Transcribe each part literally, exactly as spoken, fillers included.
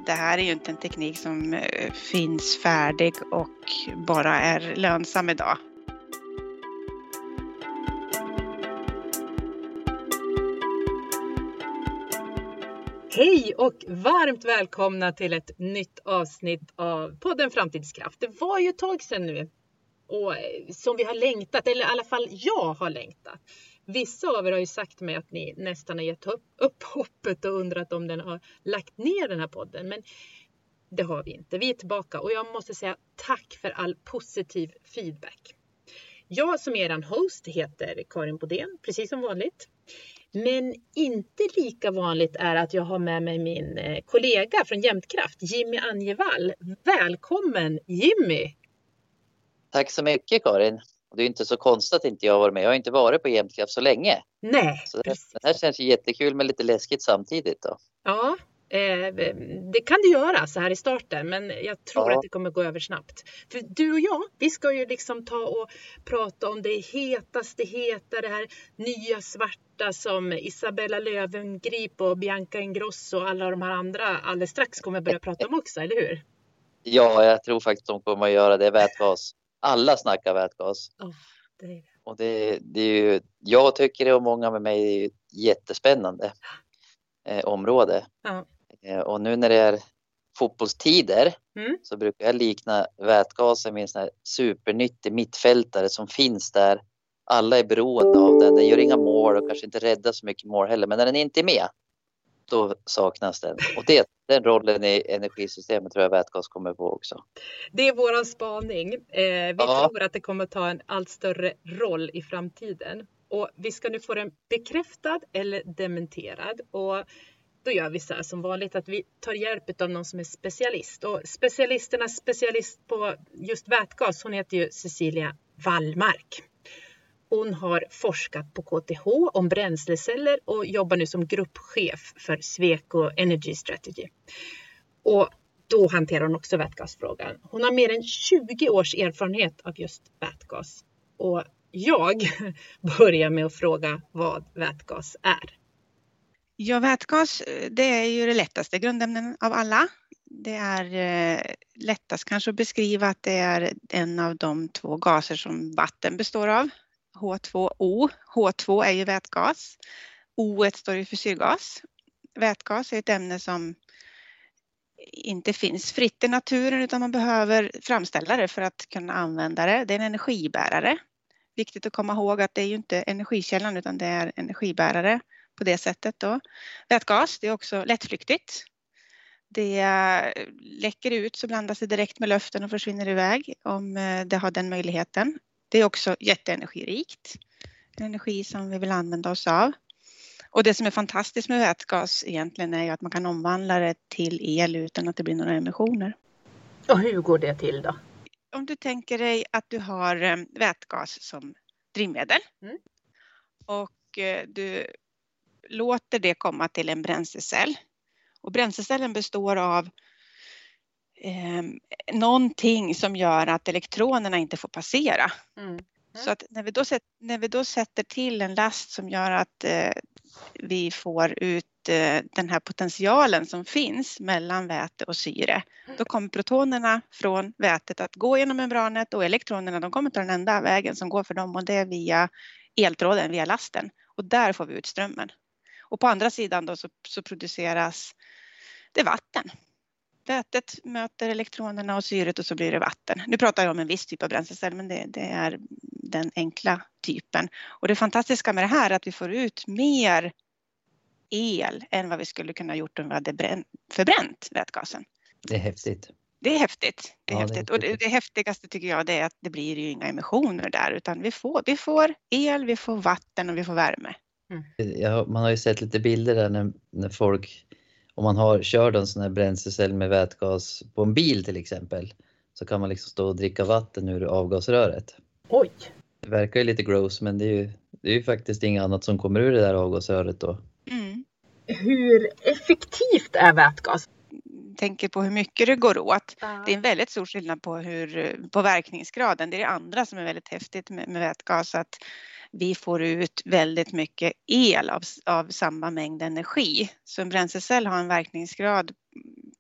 det här är ju inte en teknik som eh, finns färdig och bara är lönsam idag. Hej och varmt välkomna till ett nytt avsnitt av podden Framtidskraft. Det var ju ett tag sedan nu och som vi har längtat, eller i alla fall jag har längtat. Vissa av er har ju sagt mig att ni nästan har gett upp, upp hoppet och undrat om den har lagt ner den här podden. Men det har vi inte. Vi är tillbaka och jag måste säga tack för all positiv feedback. Jag som är er host heter Karin Bodén, precis som vanligt. Men inte lika vanligt är att jag har med mig min kollega från Jämtkraft, Jimmy Anjevall. Välkommen Jimmy! Tack så mycket Karin. Det är inte så konstigt att inte jag har varit med. Jag har inte varit på Jämtkraft så länge. Nej, så det, det här känns ju jättekul men lite läskigt samtidigt då. Ja, eh, det kan det göra så här i starten. Men jag tror ja. att det kommer gå över snabbt. För du och jag, vi ska ju liksom ta och prata om det hetaste heta. Det här nya svarta som Isabella Löwengrip och Bianca Ingrosso och alla de här andra alldeles strax kommer börja prata om också, eller hur? Ja, jag tror faktiskt de kommer att göra det. Vätgas. Alla snackar vätgas. Oh, det är det. Och det, det är ju, jag tycker det och många med mig är ju jättespännande eh, område. Ja. Eh, och nu när det är fotbollstider mm. så brukar jag likna vätgasen med en sån här supernyttig mittfältare som finns där. Alla är beroende av den. Den gör inga mål och kanske inte räddar så mycket mål heller. Men när den inte är med, då saknas den. Och det, den rollen i energisystemet tror jag vätgas kommer på också. Det är våran spaning. Eh, vi ja. tror att det kommer ta en allt större roll i framtiden. Och vi ska nu få den bekräftad eller dementerad. Och då gör vi så här som vanligt att vi tar hjälp av någon som är specialist. Och specialisternas specialist på just vätgas, hon heter ju Cecilia Wallmark. Hon har forskat på K T H om bränsleceller och jobbar nu som gruppchef för Sweco Energy Strategy. Och då hanterar hon också vätgasfrågan. Hon har mer än tjugo års erfarenhet av just vätgas. Och jag börjar med att fråga vad vätgas är. Ja, vätgas det är ju det lättaste grundämnen av alla. Det är eh, lättast kanske att beskriva att det är en av de två gaser som vatten består av. H två O. H två är ju vätgas. O står ju för syrgas. Vätgas är ett ämne som inte finns fritt i naturen utan man behöver framställa det för att kunna använda det. Det är en energibärare. Viktigt att komma ihåg att det är ju inte energikällan utan det är energibärare på det sättet då. Vätgas, det är också lättflyktigt. Det läcker ut så blandas det direkt med luften och försvinner iväg om det har den möjligheten. Det är också jätteenergirikt. En energi som vi vill använda oss av. Och det som är fantastiskt med vätgas egentligen är ju att man kan omvandla det till el utan att det blir några emissioner. Och hur går det till då? Om du tänker dig att du har vätgas som drivmedel. Mm. Och du låter det komma till en bränslecell. Och bränslecellen består av Eh, någonting som gör att elektronerna inte får passera. Mm. Mm. Så att när vi, då sätt, när vi då sätter till en last som gör att eh, vi får ut eh, den här potentialen som finns mellan väte och syre. Då kommer protonerna från vätet att gå genom membranet och elektronerna de kommer till den enda vägen som går för dem och det är via eltråden, via lasten. Och där får vi ut strömmen. Och på andra sidan då så, så produceras det vatten. Vätet möter elektronerna och syret och så blir det vatten. Nu pratar jag om en viss typ av bränslecell men det, det är den enkla typen. Och det fantastiska med det här är att vi får ut mer el än vad vi skulle kunna gjort om vi hade brän- förbränt vätgasen. Det är häftigt. Det är häftigt. Det är ja, häftigt. Det är och det, det häftigaste tycker jag det är att det blir ju inga emissioner där utan vi får, vi får el, vi får vatten och vi får värme. Mm. Ja, man har ju sett lite bilder där när, när folk... Om man har kört en sån här bränslecell med vätgas på en bil till exempel så kan man liksom stå och dricka vatten ur avgasröret. Oj! Det verkar ju lite gross men det är ju, det är ju faktiskt inget annat som kommer ur det där avgasröret då. Mm. Hur effektivt är vätgas? Tänker på hur mycket det går åt. Uh. Det är en väldigt stor skillnad på, hur, på verkningsgraden. Det är det andra som är väldigt häftigt med, med vätgas att vi får ut väldigt mycket el av, av samma mängd energi. Så en bränslecell har en verkningsgrad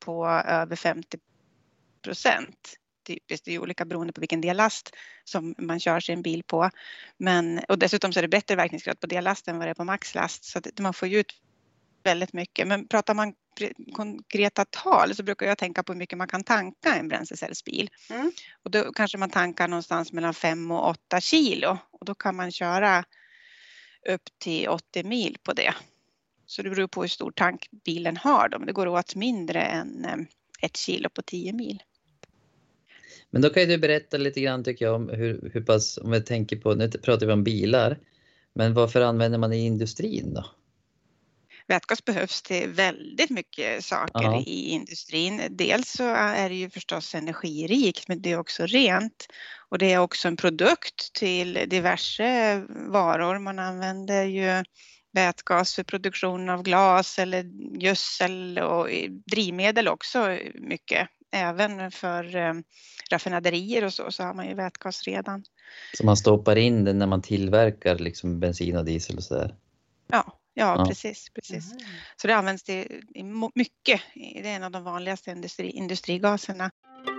på över femtio procent. Typiskt, det är olika beroende på vilken dellast som man kör sin bil på. Men, och dessutom så är det bättre verkningsgrad på dellast än vad det är på maxlast. Så att man får ju ut väldigt mycket. Men pratar man konkreta tal så brukar jag tänka på hur mycket man kan tanka en bränslecellsbil. Mm. Och då kanske man tankar någonstans mellan fem och åtta kilo. Och då kan man köra upp till åttio mil på det. Så det beror på hur stor tank bilen har. Då. Men det går åt mindre än ett kilo på tio mil. Men då kan ju du berätta lite grann tycker jag om hur, hur pass, om vi tänker på, nu pratar vi om bilar. Men varför använder man det i industrin då? Vätgas behövs till väldigt mycket saker ja. i industrin. Dels så är det ju förstås energirikt men det är också rent. Och det är också en produkt till diverse varor. Man använder ju vätgas för produktion av glas eller gödsel och drivmedel också mycket. Även för eh, raffinaderier och så, så har man ju vätgas redan. Så man stoppar in den när man tillverkar liksom bensin och diesel och sådär? Ja. Ja, ja, precis. precis. Mm. Så det används till mycket. Det är en av de vanligaste industri, industrigaserna.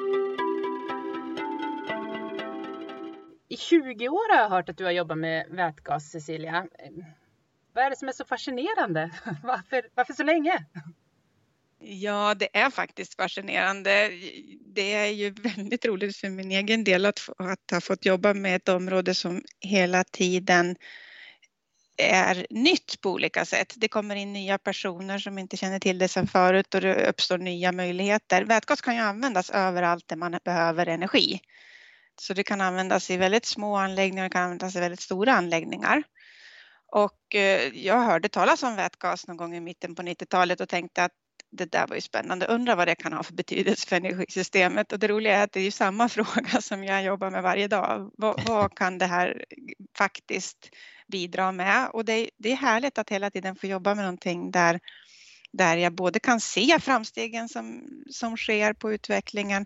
I tjugo år har jag hört att du har jobbat med vätgas, Cecilia. Vad är det som är så fascinerande? Varför, varför så länge? Ja, det är faktiskt fascinerande. Det är ju väldigt roligt för min egen del att, att ha fått jobba med ett område som hela tiden är nytt på olika sätt. Det kommer in nya personer som inte känner till det sedan förut och det uppstår nya möjligheter. Vätgas kan ju användas överallt där man behöver energi. Så det kan användas i väldigt små anläggningar och det kan användas i väldigt stora anläggningar. Och jag hörde talas om vätgas någon gång i mitten på nittiotalet och tänkte att det där var ju spännande. Undrar vad det kan ha för betydelse för energisystemet. Och det roliga är att det är ju samma fråga som jag jobbar med varje dag. Vad, vad kan det här faktiskt bidra med? Och det, det är härligt att hela tiden få jobba med någonting där, där jag både kan se framstegen som, som sker på utvecklingen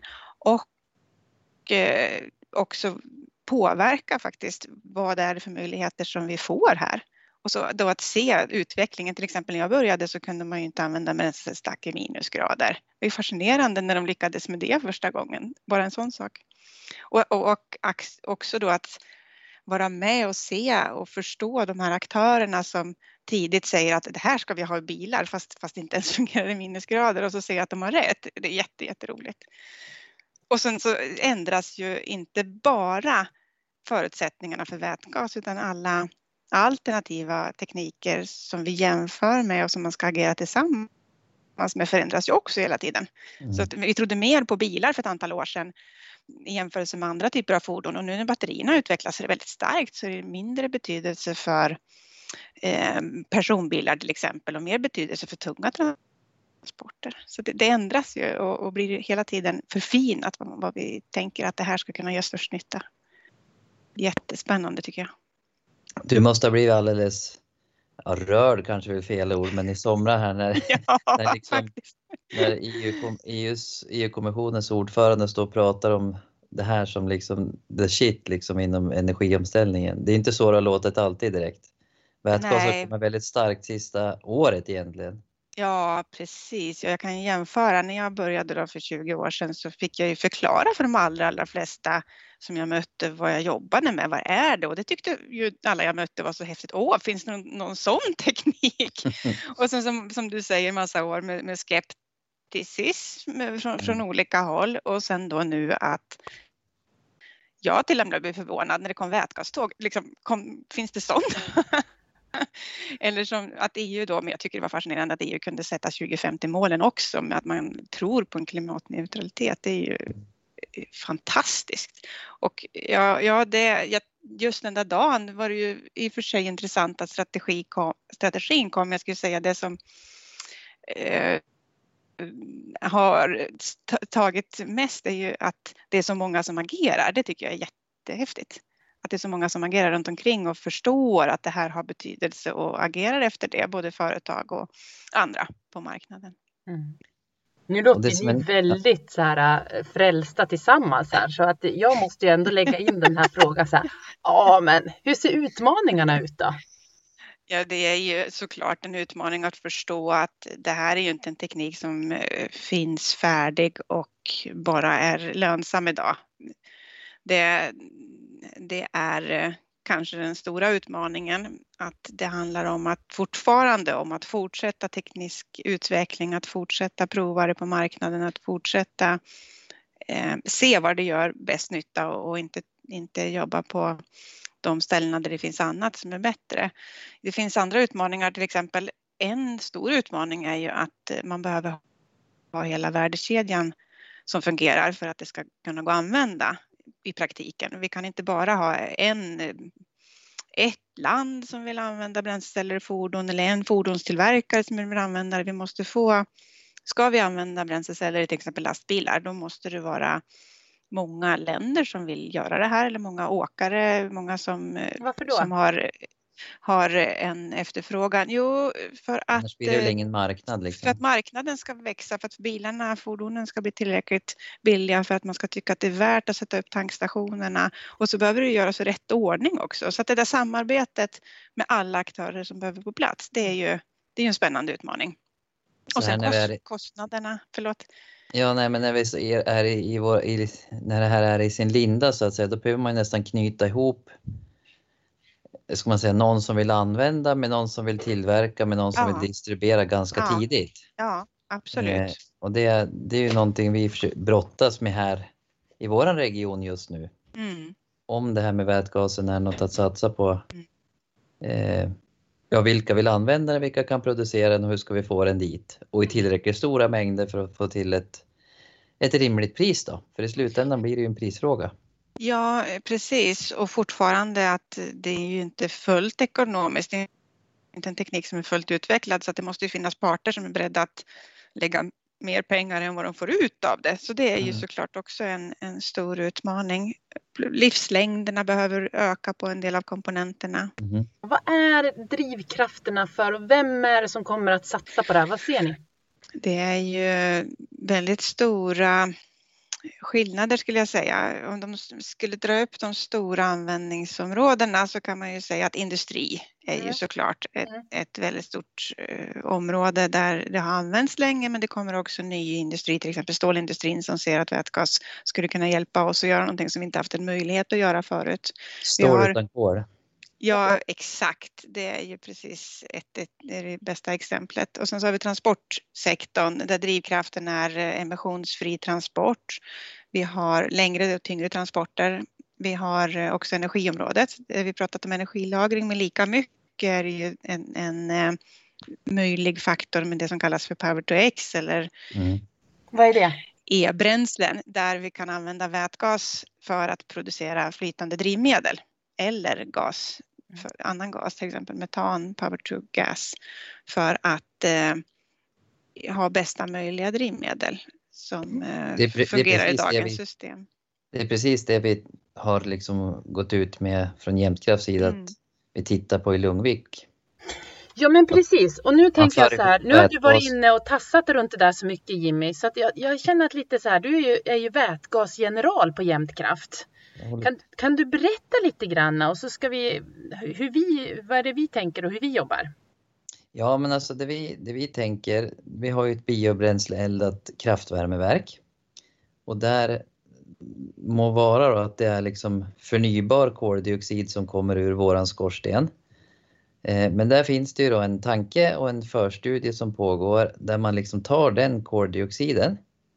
och eh, också påverka faktiskt vad det är för möjligheter som vi får här. Och så då att se utvecklingen, till exempel när jag började så kunde man ju inte använda bränslestack i minusgrader. Det är fascinerande när de lyckades med det första gången, bara en sån sak. Och, och, och också då att vara med och se och förstå de här aktörerna som tidigt säger att det här ska vi ha i bilar fast, fast inte ens fungerar i minusgrader och så se att de har rätt. Det är jätte, jätteroligt. Och sen så ändras ju inte bara förutsättningarna för vätgas utan alla alternativa tekniker som vi jämför med och som man ska agera tillsammans med förändras ju också hela tiden. Mm. Så att vi trodde mer på bilar för ett antal år sedan i jämförelse med andra typer av fordon och nu när batterierna utvecklas är det väldigt starkt så är det mindre betydelse för eh, personbilar till exempel och mer betydelse för tunga transporter. Så det, det ändras ju och, och blir hela tiden förfinat vad, vad vi tänker att det här ska kunna göra störst nytta. Jättespännande tycker jag. Du måste ha blivit alldeles ja, rörd kanske är fel ord, men i somras här när, ja, när, liksom, när E U, E U-kommissionens ordförande står och pratar om det här som liksom the shit liksom inom energiomställningen. Det är inte så det har låtit alltid direkt. Vätgas har kommit väldigt starkt sista året egentligen. Ja, precis. Jag kan jämföra. När jag började då för tjugo år sedan så fick jag ju förklara för de allra, allra flesta som jag mötte vad jag jobbade med. Vad är det? Och det tyckte ju alla jag mötte var så häftigt. Åh, finns det någon, någon sån teknik? Och sen som, som du säger massa år med, med skepticism från, från olika håll. Och sen då nu att jag till och med blev förvånad när det kom vätgaståg. Liksom, kom, finns det sånt? Eller som att E U då, men jag tycker det var fascinerande att E U kunde sätta tjugo femtio-målen också med att man tror på en klimatneutralitet. Det är ju fantastiskt. Och ja, ja det, just den där dagen var det ju i och för sig intressant att strategi kom, strategin kom, jag skulle säga det som eh, har tagit mest är ju att det är så många som agerar. Det tycker jag är jättehäftigt. Att det är så många som agerar runt omkring och förstår att det här har betydelse och agerar efter det, både företag och andra på marknaden. Mm. Nu låter ni en... väldigt så här, frälsta tillsammans här, så att jag måste ju ändå lägga in den här frågan så här. Ja, men hur ser utmaningarna ut då? Ja, det är ju såklart en utmaning att förstå att det här är ju inte en teknik som finns färdig och bara är lönsam idag. Det, det är kanske den stora utmaningen, att det handlar om att fortfarande om att fortsätta teknisk utveckling, att fortsätta prova det på marknaden, att fortsätta eh, se var det gör bäst nytta och, och inte, inte jobba på de ställena där det finns annat som är bättre. Det finns andra utmaningar, till exempel en stor utmaning är ju att man behöver ha hela värdekedjan som fungerar för att det ska kunna gå att använda i praktiken. Vi kan inte bara ha en, ett land som vill använda bränsleceller i fordon eller en fordonstillverkare som vill använda det. Vi måste få, ska vi använda bränsleceller i till exempel lastbilar, då måste det vara många länder som vill göra det här, eller många åkare, många som, Varför då? som har, har en efterfrågan. Jo, för att, Annars blir det väl ingen marknad. Liksom. För att marknaden ska växa, för att bilarna, fordonen ska bli tillräckligt billiga för att man ska tycka att det är värt att sätta upp tankstationerna. Och så behöver det göras i rätt ordning också. Så att det där samarbetet med alla aktörer som behöver på plats, det är ju, det är ju en spännande utmaning. Så och sen när kost, är... kostnaderna, förlåt. Ja, nej, men när vi är i, i vår, i, när det här är i sin linda så att säga, då behöver man nästan knyta ihop, ska man säga, någon som vill använda med någon som vill tillverka med någon som Ja. vill distribuera ganska Ja. tidigt. Ja, absolut. Eh, och det, det är ju någonting vi brottas med här i våran region just nu. Mm. Om det här med vätgasen är något att satsa på. Mm. Eh, ja, vilka vill använda den, vilka kan producera den och hur ska vi få den dit? Och i tillräckligt stora mängder för att få till ett, ett rimligt pris då. För i slutändan blir det ju en prisfråga. Ja, precis. Och fortfarande att det är ju inte fullt ekonomiskt. Det är inte en teknik som är fullt utvecklad, så att det måste ju finnas parter som är beredda att lägga mer pengar än vad de får ut av det. Så det är ju Mm. såklart också en, en stor utmaning. Livslängderna behöver öka på en del av komponenterna. Mm. Vad är drivkrafterna för och vem är det som kommer att satsa på det här? Vad ser ni? Det är ju väldigt stora skillnader skulle jag säga. Om de skulle dra upp de stora användningsområdena så kan man ju säga att industri är Mm. ju såklart ett, Mm. ett väldigt stort eh, område där det har använts länge, men det kommer också ny industri, till exempel stålindustrin, som ser att vätgas skulle kunna hjälpa oss att göra någonting som vi inte haft en möjlighet att göra förut. Stål har- utan kol. Ja, exakt. Det är ju precis ett, ett, det är det bästa exemplet. Och sen så har vi transportsektorn där drivkraften är emissionsfri transport. Vi har längre och tyngre transporter. Vi har också energiområdet. Vi pratat om energilagring, men lika mycket är det ju en, en, en möjlig faktor med det som kallas för power to X eller Mm. Vad är det? e-bränslen, där vi kan använda vätgas för att producera flytande drivmedel eller gas, för annan gas, till exempel metan, power to gas, för att eh, ha bästa möjliga drivmedel som eh, Det är pre- det är fungerar i precis det dagens vi- system. Det är precis det vi har liksom gått ut med från Jämtkrafts sida Mm. att vi tittar på i Lungvik. Ja men precis, och nu tänker jag för så här, nu har du varit vätgas. inne och tassat runt det där så mycket Jimmy, så att jag, jag känner att lite så här, du är ju, är ju vätgasgeneral på Jämtkraft. Kan, kan du berätta lite grann och så ska vi, hur vi, vad är det vi tänker och hur vi jobbar? Ja, men alltså det vi, det vi tänker, vi har ju ett biobränsleeldat kraftvärmeverk. Och där må vara då att det är liksom förnybar koldioxid som kommer ur våran skorsten. Eh, men där finns det ju då en tanke och en förstudie som pågår där man liksom tar den koldioxiden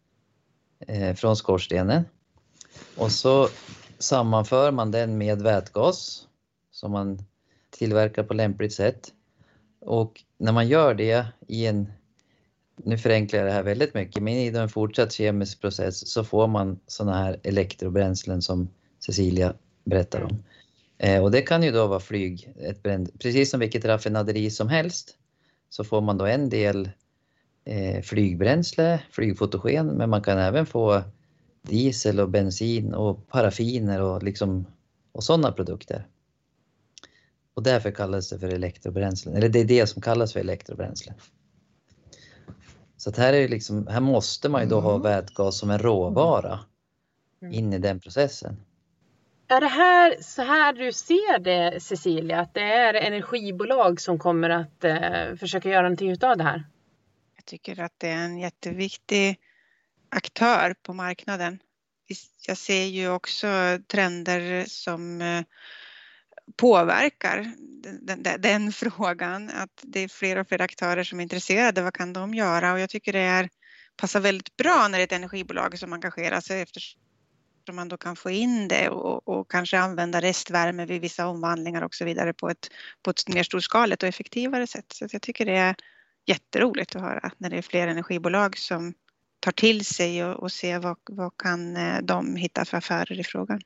eh, från skorstenen. Och så sammanför man den med vätgas som man tillverkar på lämpligt sätt. Och när man gör det i en, nu förenklar jag det här väldigt mycket, men i en fortsatt kemisk process så får man såna här elektrobränslen som Cecilia berättar om. Eh, och det kan ju då vara flyg, ett bränd, precis som vilket raffinaderi som helst, så får man då en del eh, flygbränsle, flygfotogen, men man kan även få diesel och bensin och paraffiner och liksom och sådana produkter. Och därför kallas det för elektrobränslen. Eller det är det som kallas för elektrobränslen. Så att här, är det liksom, här måste man ju då ha vätgas som en råvara in i den processen. Är det här så här du ser det, Cecilia? Att det är energibolag som kommer att eh, försöka göra någonting utav det här? Jag tycker att det är en jätteviktig aktör på marknaden. Jag ser ju också trender som eh, påverkar den, den, den frågan. Att det är fler och fler aktörer som är intresserade. Vad kan de göra? Och jag tycker det är, passar väldigt bra när det är ett energibolag som engagerar sig, eftersom man då kan få in det och, och kanske använda restvärme vid vissa omvandlingar och så vidare på ett, på ett mer storskaligt och effektivare sätt. Så jag tycker det är jätteroligt att höra när det är fler energibolag som tar till sig och, och ser vad, vad kan de hitta för affärer i frågan.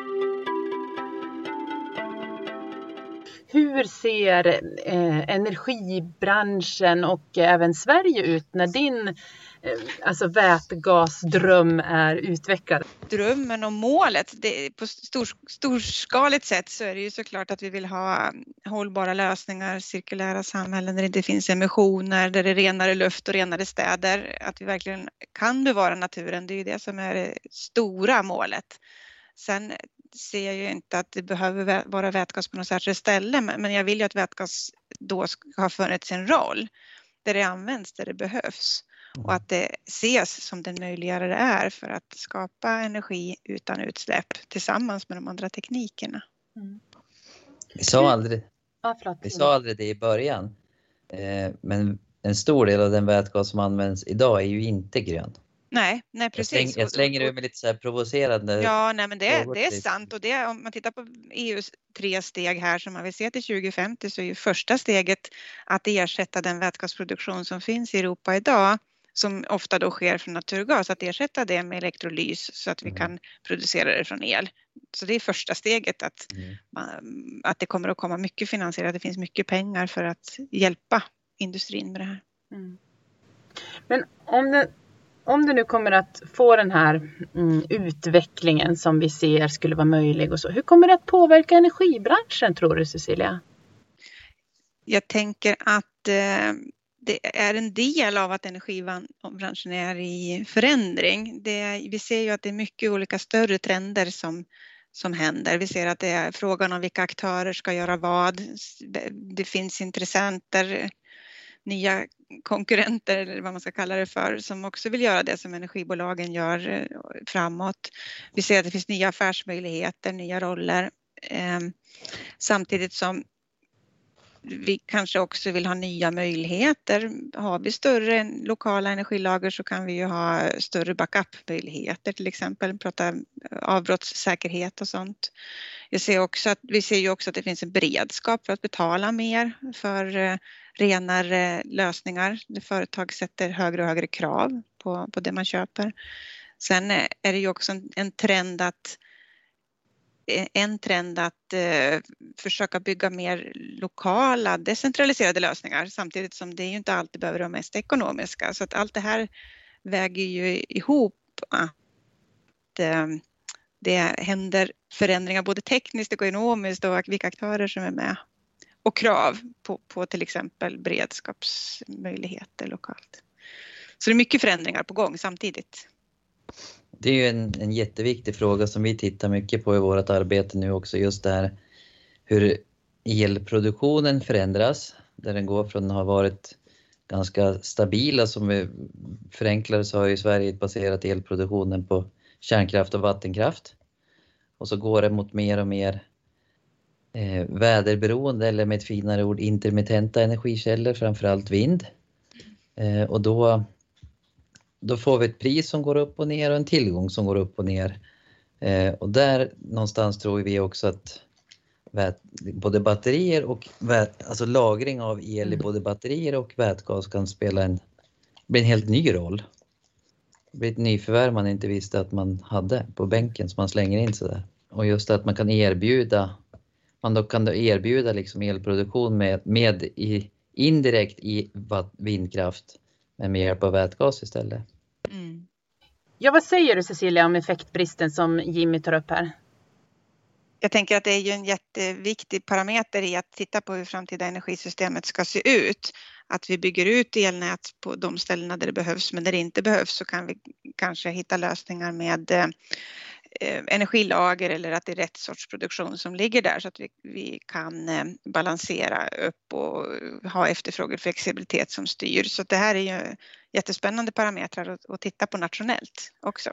Hur ser eh, energibranschen och även Sverige ut när din eh, alltså vätgasdröm är utvecklad? Drömmen och målet, det, på stor, storskaligt sätt så är det ju såklart att vi vill ha hållbara lösningar, cirkulära samhällen där det inte finns emissioner, där det är renare luft och renare städer. Att vi verkligen kan bevara naturen, det är ju det som är det stora målet. Sen ser jag ju inte att det behöver vara vätgas på något särskilt ställe, men jag vill ju att vätgas då ska ha funnits en roll där det används, där det behövs. Och att det ses som den möjliggörare det är för att skapa energi utan utsläpp tillsammans med de andra teknikerna. Mm. Vi sa aldrig, ja, förlåt. vi sa aldrig det i början, eh, men en stor del av den vätgas som används idag är ju inte grön. Nej, nej precis. Jag slänger, jag slänger det med lite så här provocerande. Ja, nej men det, det är sant, och det, om man tittar på E U:s tre steg här som man vill se till tjugo femtio, så är ju första steget att ersätta den vätgasproduktion som finns i Europa idag, som ofta då sker från naturgas, att ersätta det med elektrolys så att vi mm. kan producera det från el. Så det är första steget, att, mm. man, att det kommer att komma mycket finansierat, det finns mycket pengar för att hjälpa industrin med det här. Mm. Men om det Om du nu kommer att få den här mm, utvecklingen som vi ser skulle vara möjlig och så, hur kommer det att påverka energibranschen, tror du, Cecilia? Jag tänker att eh, det är en del av att energibranschen är i förändring. Det, vi ser ju att det är mycket olika större trender som, som händer. Vi ser att det är frågan om vilka aktörer ska göra vad. Det finns intressenter, nya konkurrenter eller vad man ska kalla det för, som också vill göra det som energibolagen gör framåt. Vi ser att det finns nya affärsmöjligheter, nya roller. Eh, samtidigt som vi kanske också vill ha nya möjligheter. Har vi större lokala energilager så kan vi ju ha större backup-möjligheter, till exempel prata avbrottssäkerhet och sånt. Jag ser också att, vi ser ju också att det finns en beredskap för att betala mer för eh, renare lösningar. Där företag sätter högre och högre krav på, på det man köper. Sen är det ju också en, en trend att en trend att eh, försöka bygga mer lokala, decentraliserade lösningar, samtidigt som det ju inte alltid behöver vara mest ekonomiska. Så att allt det här väger ju ihop att eh, det händer förändringar både tekniskt och ekonomiskt och vilka aktörer som är med. Och krav på, på till exempel beredskapsmöjligheter lokalt. Så det är mycket förändringar på gång samtidigt. Det är ju en, en jätteviktig fråga som vi tittar mycket på i vårt arbete nu också. Just det här hur elproduktionen förändras. Där den går från att ha varit ganska stabila, som vi förenklar så har ju Sverige baserat elproduktionen på kärnkraft och vattenkraft. Och så går det mot mer och mer eh, väderberoende, eller med ett finare ord intermittenta energikällor, framförallt vind. Eh, och då... Då får vi ett pris som går upp och ner och en tillgång som går upp och ner. Eh, och där någonstans tror vi också att vät, både batterier och vät, alltså lagring av el i både batterier och vätgas kan spela en, bli en helt ny roll. Det blir ett nyförvärv man inte visste att man hade på bänken som man slänger in så där. Och just att man kan erbjuda, man då kan då erbjuda liksom elproduktion med, med i, indirekt i vindkraft, men med hjälp av vätgas istället. Mm. Ja, vad säger du, Cecilia, om effektbristen som Jimmy tar upp här? Jag tänker att det är ju en jätteviktig parameter i att titta på hur framtida energisystemet ska se ut. Att vi bygger ut elnät på de ställena där det behövs, men där det inte behövs så kan vi kanske hitta lösningar med eh, energilager eller att det är rätt sorts produktion som ligger där så att vi, vi kan eh, balansera upp och ha efterfrågeflexibilitet som styr. Så det här är ju jättespännande parametrar att, att titta på nationellt också.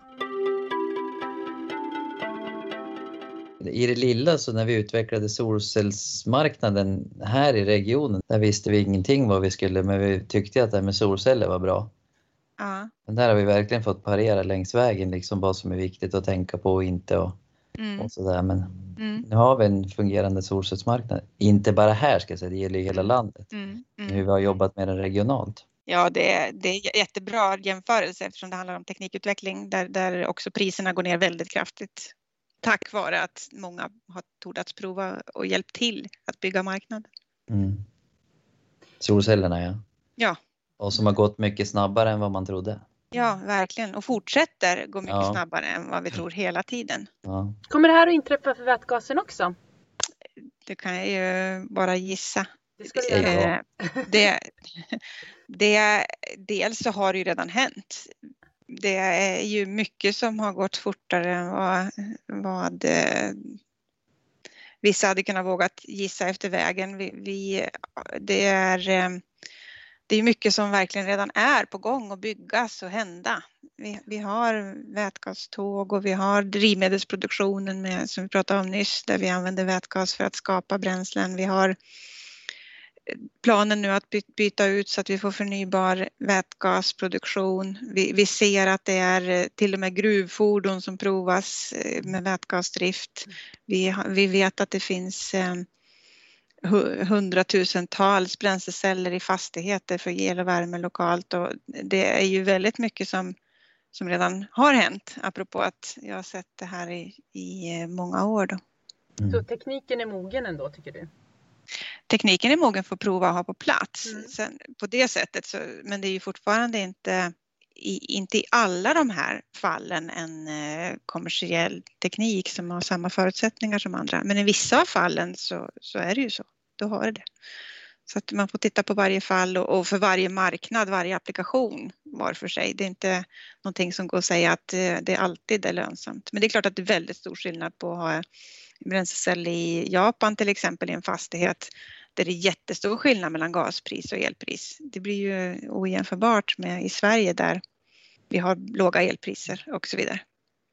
I det lilla så när vi utvecklade solcellsmarknaden här i regionen, där visste vi ingenting vad vi skulle, men vi tyckte att det här med solceller var bra. Ja. Men där har vi verkligen fått parera längs vägen liksom vad som är viktigt att tänka på och inte och, Mm. och sådär. Men Mm. nu har vi en fungerande solcellsmarknad. Inte bara här ska jag säga, det gäller ju hela landet. Mm. Mm. Hur vi har jobbat med den regionalt. Ja, det, det är jättebra jämförelse eftersom det handlar om teknikutveckling där, där också priserna går ner väldigt kraftigt. Tack vare att många har tordats prova och hjälpt till att bygga marknaden. Mm. Solcellerna, ja. Ja. Och som har gått mycket snabbare än vad man trodde. Ja, verkligen. Och fortsätter gå mycket Ja. snabbare än vad vi tror hela tiden. Ja. Kommer det här att inträffa för vätgasen också? Det kan jag ju bara gissa. Det ska du göra. Eh, det, det, dels så har det ju redan hänt. Det är ju mycket som har gått fortare än vad, vad eh, vissa hade kunnat vågat gissa efter vägen. Vi, vi, det är... Eh, Det är mycket som verkligen redan är på gång och byggas och hända. Vi, vi har vätgaståg och vi har drivmedelsproduktionen med, som vi pratade om nyss, där vi använder vätgas för att skapa bränslen. Vi har planen nu att by, byta ut så att vi får förnybar vätgasproduktion. Vi, vi ser att det är till och med gruvfordon som provas med vätgasdrift. Vi, vi vet att det finns hundratusentals bränsleceller i fastigheter för el och värme lokalt och det är ju väldigt mycket som, som redan har hänt apropå att jag har sett det här i, i många år då. Mm. Så tekniken är mogen ändå tycker du? Tekniken är mogen för att prova att ha på plats. Mm. Sen, på det sättet så, men det är ju fortfarande inte i, inte i alla de här fallen en eh, kommersiell teknik som har samma förutsättningar som andra. Men i vissa av fallen så, så är det ju så. Då har det det. Så att man får titta på varje fall och, och för varje marknad, varje applikation var för sig. Det är inte någonting som går att säga att eh, det alltid är lönsamt. Men det är klart att det är väldigt stor skillnad på att ha en bränslecell i Japan till exempel i en fastighet där det är jättestor skillnad mellan gaspris och elpris. Det blir ju ojämförbart med i Sverige där vi har låga elpriser och så vidare.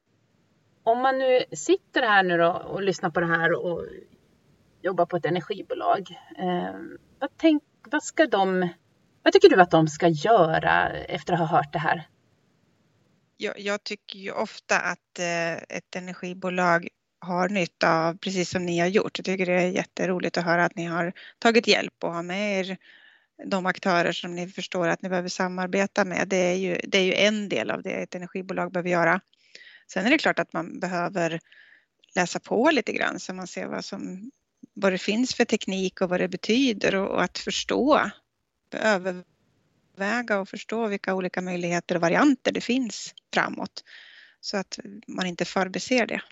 Om man nu sitter här nu då och lyssnar på det här och jobbar på ett energibolag. Eh, vad, tänk, vad, ska de, vad tycker du att de ska göra efter att ha hört det här? Jag, jag tycker ju ofta att eh, ett energibolag har nytta av, precis som ni har gjort. Jag tycker det är jätteroligt att höra att ni har tagit hjälp och har med er de aktörer som ni förstår att ni behöver samarbeta med. Det är ju, det är ju en del av det ett energibolag behöver göra. Sen är det klart att man behöver läsa på lite grann så man ser vad, som, vad det finns för teknik och vad det betyder och, och att förstå, överväga och förstå vilka olika möjligheter och varianter det finns framåt så att man inte förbiser det.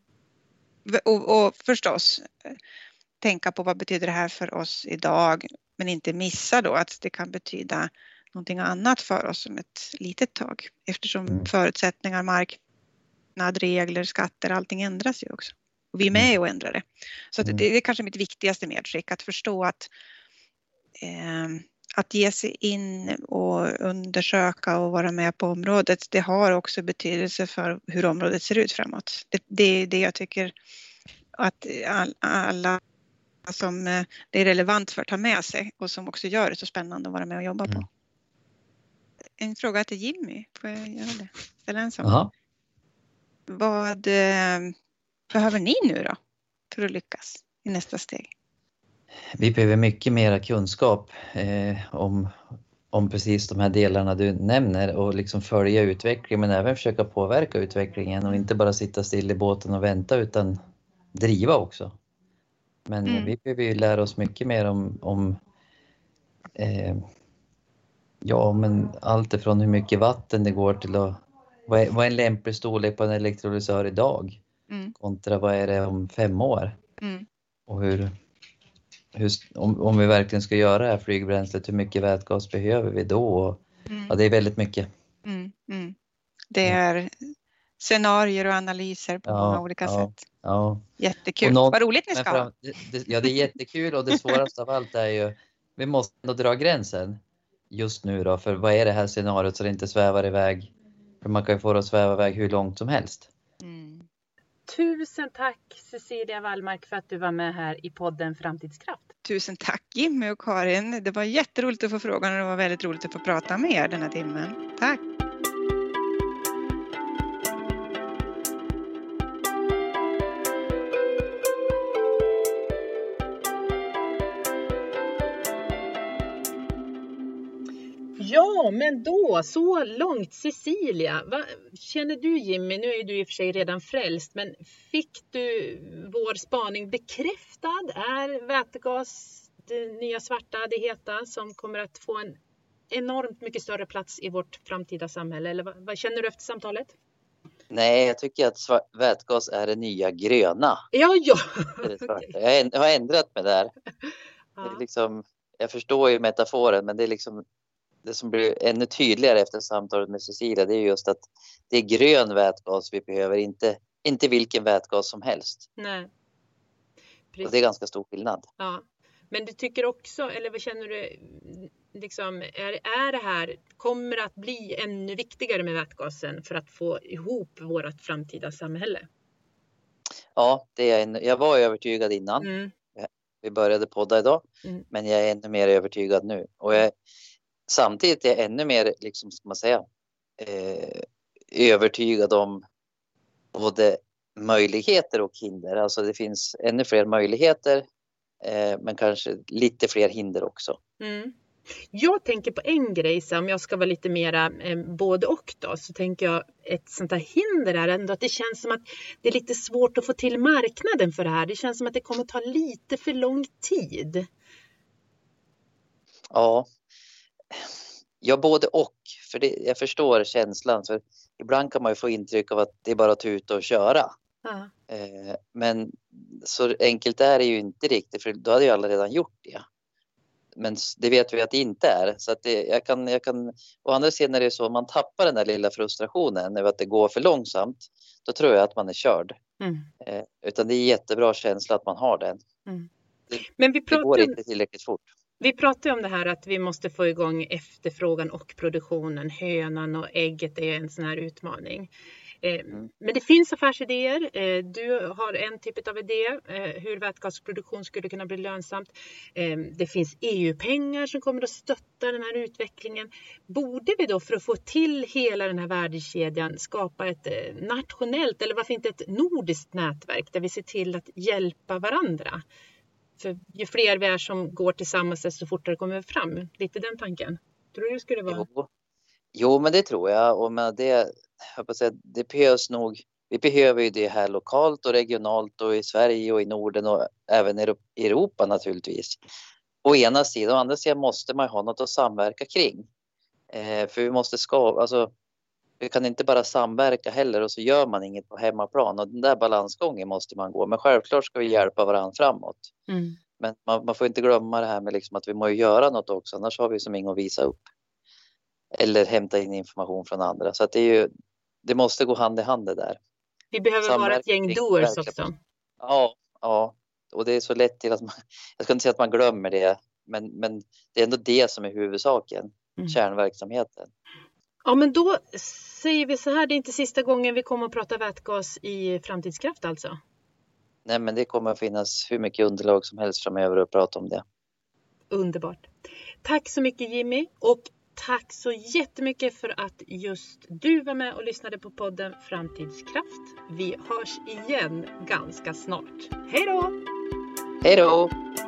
Och, och förstås tänka på vad betyder det här för oss idag men inte missa då att det kan betyda någonting annat för oss om ett litet tag eftersom mm. förutsättningar, marknad, regler, skatter, allting ändras ju också. Och vi är med och ändrar det. Så att det är kanske mitt viktigaste medskick att förstå att eh, att ge sig in och undersöka och vara med på området, det har också betydelse för hur området ser ut framåt. Det, det är det jag tycker att all, alla som det är relevant för att ta med sig och som också gör det så spännande att vara med och jobba på. Mm. En fråga till Jimmy, får jag göra det? Ställa en sån. Aha. Vad eh, behöver ni nu då för att lyckas i nästa steg? Vi behöver mycket mera kunskap eh, om, om precis de här delarna du nämner och liksom följa utvecklingen men även försöka påverka utvecklingen och inte bara sitta still i båten och vänta utan driva också. Men mm. vi behöver ju lära oss mycket mer om, om eh, ja, men allt ifrån hur mycket vatten det går till att vad är, vad är en lämplig storlek på en elektrolysör idag mm. kontra vad är det om fem år mm. och hur Hur, om, om vi verkligen ska göra det här flygbränslet, hur mycket vätgas behöver vi då? Och, mm. Ja, det är väldigt mycket. Mm, mm. Det är scenarier och analyser på Ja, många olika ja, sätt. Ja. Jättekul. Någon, Vad roligt ni ska fram, ha. det, det, ja, det är jättekul och det svåraste av allt är ju, vi måste ändå dra gränsen just nu då, för vad är det här scenariot så det inte svävar iväg? För man kan ju få det att sväva iväg hur långt som helst. Mm. Tusen tack Cecilia Wallmark för att du var med här i podden Framtidskraft. Tusen tack Jimmy och Karin. Det var jätteroligt att få frågan och det var väldigt roligt att få prata med er den här timmen. Tack! Ja, men då, så långt Cecilia. Vad känner du Jimmy? Nu är du i och för sig redan frälst, men fick du vår spaning bekräftad? Är vätgas det nya svarta, det heta, som kommer att få en enormt mycket större plats i vårt framtida samhälle? Eller vad, vad känner du efter samtalet? Nej, jag tycker att svart, vätgas är det nya gröna. Ja, ja. Okay. Jag, jag har ändrat mig där. Ja. Det är liksom, jag förstår ju metaforen, men det är liksom det som blir ännu tydligare efter samtalet med Cecilia, det är just att det är grön vätgas vi behöver, inte, inte vilken vätgas som helst. Nej. Och det är ganska stor skillnad. Ja. Men du tycker också, eller vad känner du, liksom, är, är det här, kommer att bli ännu viktigare med vätgasen för att få ihop vårt framtida samhälle? Ja, det är en, jag var övertygad innan. Mm. Vi började podda idag, mm. men jag är ännu mer övertygad nu. Och jag, samtidigt är jag ännu mer, liksom, ska man säga, eh, övertygad om både möjligheter och hinder. Alltså det finns ännu fler möjligheter, eh, men kanske lite fler hinder också. Mm. Jag tänker på en grej, så om jag ska vara lite mera eh, både och då, så tänker jag ett sånt här hinder är ändå att det känns som att det är lite svårt att få till marknaden för det här. Det känns som att det kommer ta lite för lång tid. Ja, ja både och. För det, jag förstår känslan. För ibland kan man ju få intryck av att det är bara att ta ut och köra. Ja. Eh, men så enkelt är det ju inte riktigt, för då hade ju alla redan gjort det. Men det vet vi att det inte är. Så att det, jag kan, jag kan, å andra sidan är det så att man tappar den där lilla frustrationen över att det går för långsamt. Då tror jag att man är körd. Mm. Eh, utan det är jättebra känsla att man har den. Mm. Det, Men vi pratar, det går inte tillräckligt fort. Vi pratar om det här att vi måste få igång efterfrågan och produktionen. Hönan och ägget är en sån här utmaning. Mm. Men det finns affärsidéer. Du har en typ av idé hur vätgasproduktion skulle kunna bli lönsamt. Det finns E U-pengar som kommer att stötta den här utvecklingen. Borde vi då för att få till hela den här värdekedjan skapa ett nationellt, eller varför inte ett nordiskt nätverk där vi ser till att hjälpa varandra? För ju fler vi är som går tillsammans desto fortare kommer vi fram. Lite den tanken. Tror du det skulle vara? Jo, jo men det tror jag. Och med det, jag vill säga, det behövs nog. Vi behöver ju det här lokalt och regionalt och i Sverige och i Norden och även i Europa naturligtvis. Å ena sidan, å andra sidan måste man ha något att samverka kring. Eh, för vi måste skapa, alltså vi kan inte bara samverka heller och så gör man inget på hemmaplan. Och den där balansgången måste man gå. Men självklart ska vi hjälpa varandra framåt. Mm. Men man, man får inte glömma det här med liksom att vi måste göra något också. Annars har vi som inget att visa upp. Eller hämta in information från andra. Så att det är ju, det måste gå hand i hand det där. Vi behöver samverka vara ett gäng doers också. Ja, ja. Och det är så lätt till att man, jag ska inte säga att man glömmer det. Men, men det är ändå det som är huvudsaken. Mm. Kärnverksamheten. Ja, men då säger vi så här, det är inte sista gången vi kommer att prata vätgas i Framtidskraft alltså. Nej, men det kommer att finnas hur mycket underlag som helst framöver att prata om det. Underbart. Tack så mycket Jimmy, och tack så jättemycket för att just du var med och lyssnade på podden Framtidskraft. Vi hörs igen ganska snart. Hej då! Hej då!